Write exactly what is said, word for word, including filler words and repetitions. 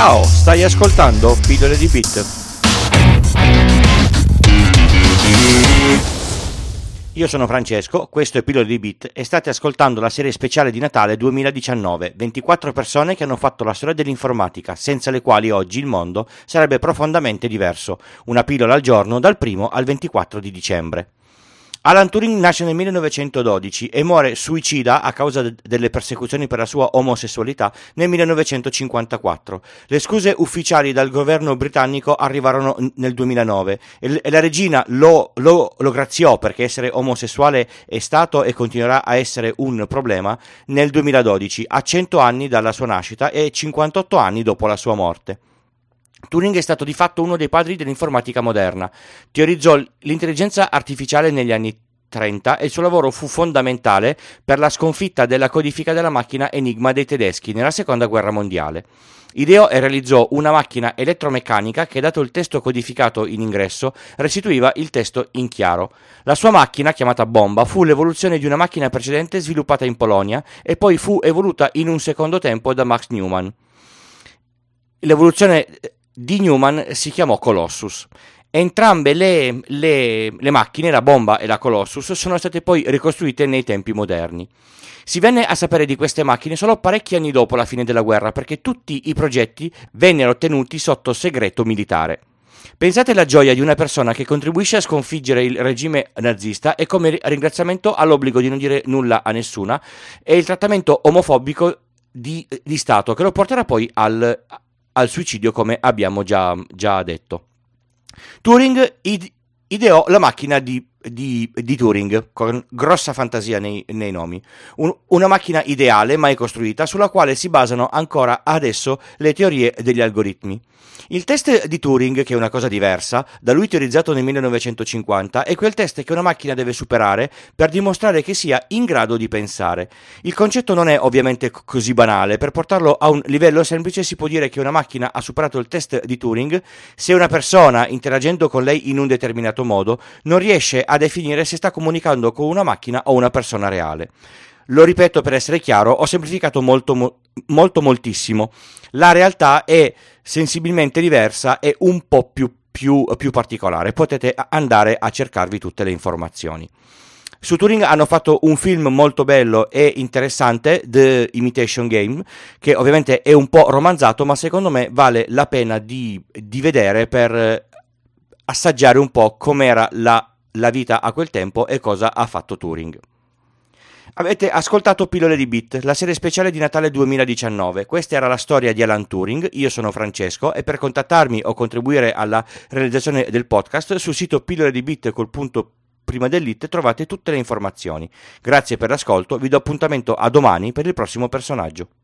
Ciao, stai ascoltando Pillole di Bit. Io sono Francesco, questo è Pillole di Bit e state ascoltando la serie speciale di Natale duemiladiciannove, ventiquattro persone che hanno fatto la storia dell'informatica, senza le quali oggi il mondo sarebbe profondamente diverso. Una pillola al giorno dal primo al ventiquattro di dicembre. Alan Turing nasce nel millenovecentododici e muore suicida a causa de- delle persecuzioni per la sua omosessualità nel millenovecentocinquantaquattro. Le scuse ufficiali dal governo britannico arrivarono n- nel duemilanove e, l- e la regina lo, lo, lo graziò perché essere omosessuale è stato e continuerà a essere un problema nel duemiladodici, a cento anni dalla sua nascita e cinquantotto anni dopo la sua morte. Turing è stato di fatto uno dei padri dell'informatica moderna. Teorizzò l'intelligenza artificiale negli anni trenta e il suo lavoro fu fondamentale per la sconfitta della codifica della macchina Enigma dei tedeschi nella seconda guerra mondiale. Ideò e realizzò una macchina elettromeccanica che, dato il testo codificato in ingresso, restituiva il testo in chiaro. La sua macchina, chiamata bomba, fu l'evoluzione di una macchina precedente sviluppata in Polonia e poi fu evoluta in un secondo tempo da Max Newman. L'evoluzione di Newman si chiamò Colossus. Entrambe le, le, le macchine, la bomba e la Colossus, sono state poi ricostruite nei tempi moderni. Si venne a sapere di queste macchine solo parecchi anni dopo la fine della guerra, perché tutti i progetti vennero tenuti sotto segreto militare. Pensate alla gioia di una persona che contribuisce a sconfiggere il regime nazista e come ringraziamento ha l'obbligo di non dire nulla a nessuna e il trattamento omofobico di, di Stato che lo porterà poi al al suicidio, come abbiamo già, già detto. Turing ide- ideò la macchina di, di, di Turing, con grossa fantasia nei, nei nomi, Un, una macchina ideale mai costruita sulla quale si basano ancora adesso le teorie degli algoritmi. Il test di Turing, che è una cosa diversa, da lui teorizzato nel millenovecentocinquanta, è quel test che una macchina deve superare per dimostrare che sia in grado di pensare. Il concetto non è ovviamente c- così banale. Per portarlo a un livello semplice si può dire che una macchina ha superato il test di Turing se una persona, interagendo con lei in un determinato modo, non riesce a definire se sta comunicando con una macchina o una persona reale. Lo ripeto per essere chiaro, ho semplificato molto, mo- molto moltissimo. La realtà è sensibilmente diversa e un po' più, più, più particolare. Potete andare a cercarvi tutte le informazioni. Su Turing hanno fatto un film molto bello e interessante, The Imitation Game, che ovviamente è un po' romanzato, ma secondo me vale la pena di, di vedere per assaggiare un po' com'era la, la vita a quel tempo e cosa ha fatto Turing. Avete ascoltato Pillole di Bit, la serie speciale di Natale duemiladiciannove. Questa era la storia di Alan Turing. Io sono Francesco e per contattarmi o contribuire alla realizzazione del podcast sul sito Pillole di Bit col punto prima dell'it trovate tutte le informazioni. Grazie per l'ascolto, vi do appuntamento a domani per il prossimo personaggio.